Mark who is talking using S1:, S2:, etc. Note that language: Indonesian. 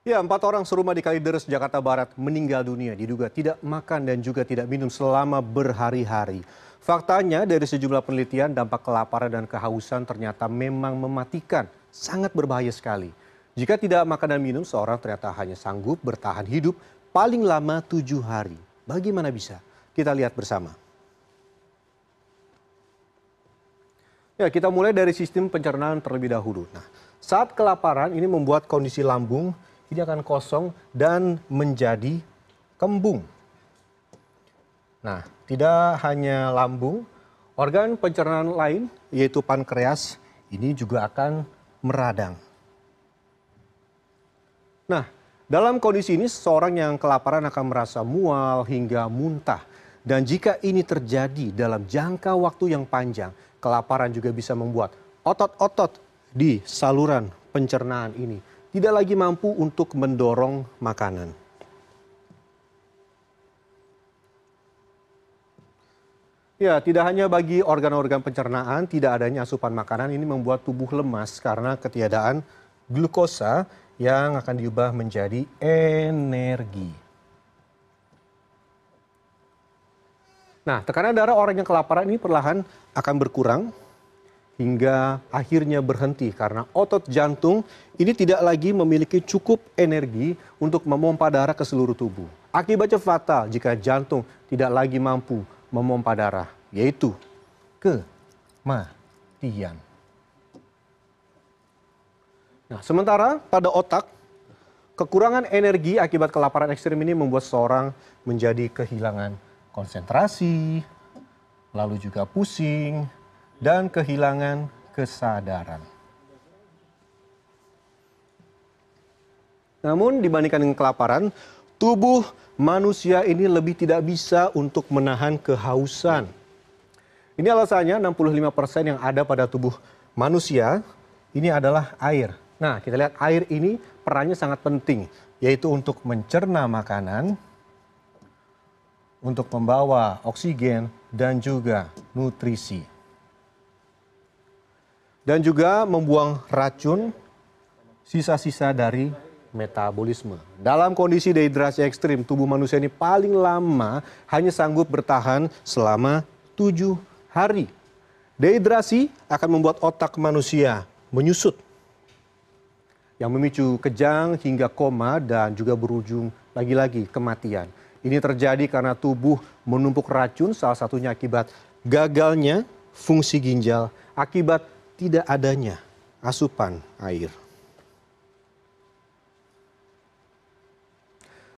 S1: Ya, 4 orang serumah di Kalideres, Jakarta Barat meninggal dunia diduga tidak makan dan juga tidak minum selama berhari-hari. Faktanya dari sejumlah penelitian dampak kelaparan dan kehausan ternyata memang mematikan, sangat berbahaya sekali. Jika tidak makan dan minum, seorang ternyata hanya sanggup bertahan hidup paling lama 7 hari. Bagaimana bisa? Kita lihat bersama. Ya, kita mulai dari sistem pencernaan terlebih dahulu. Nah, saat kelaparan ini membuat kondisi lambung ini akan kosong dan menjadi kembung. Nah, tidak hanya lambung, organ pencernaan lain yaitu pankreas ini juga akan meradang. Nah, dalam kondisi ini seseorang yang kelaparan akan merasa mual hingga muntah. Dan jika ini terjadi dalam jangka waktu yang panjang, kelaparan juga bisa membuat otot-otot di saluran pencernaan ini tidak lagi mampu untuk mendorong makanan. Ya, tidak hanya bagi organ-organ pencernaan, tidak adanya asupan makanan ini membuat tubuh lemas karena ketiadaan glukosa yang akan diubah menjadi energi. Nah, tekanan darah orang yang kelaparan ini perlahan akan berkurang hingga akhirnya berhenti karena otot jantung ini tidak lagi memiliki cukup energi untuk memompa darah ke seluruh tubuh. Akibatnya fatal jika jantung tidak lagi mampu memompa darah, yaitu kematian. Nah, sementara pada otak, kekurangan energi akibat kelaparan ekstrim ini membuat seorang menjadi kehilangan konsentrasi, lalu juga pusing, dan kehilangan kesadaran. Namun dibandingkan dengan kelaparan, tubuh manusia ini lebih tidak bisa untuk menahan kehausan. Ini alasannya 65% yang ada pada tubuh manusia ini adalah air. Nah, kita lihat air ini perannya sangat penting, yaitu untuk mencerna makanan, untuk membawa oksigen dan juga nutrisi. Dan juga membuang racun sisa-sisa dari metabolisme. Dalam kondisi dehidrasi ekstrim, tubuh manusia ini paling lama hanya sanggup bertahan selama 7 hari. Dehidrasi akan membuat otak manusia menyusut, yang memicu kejang hingga koma dan juga berujung lagi-lagi kematian. Ini terjadi karena tubuh menumpuk racun, salah satunya akibat gagalnya fungsi ginjal, akibat tidak adanya asupan air.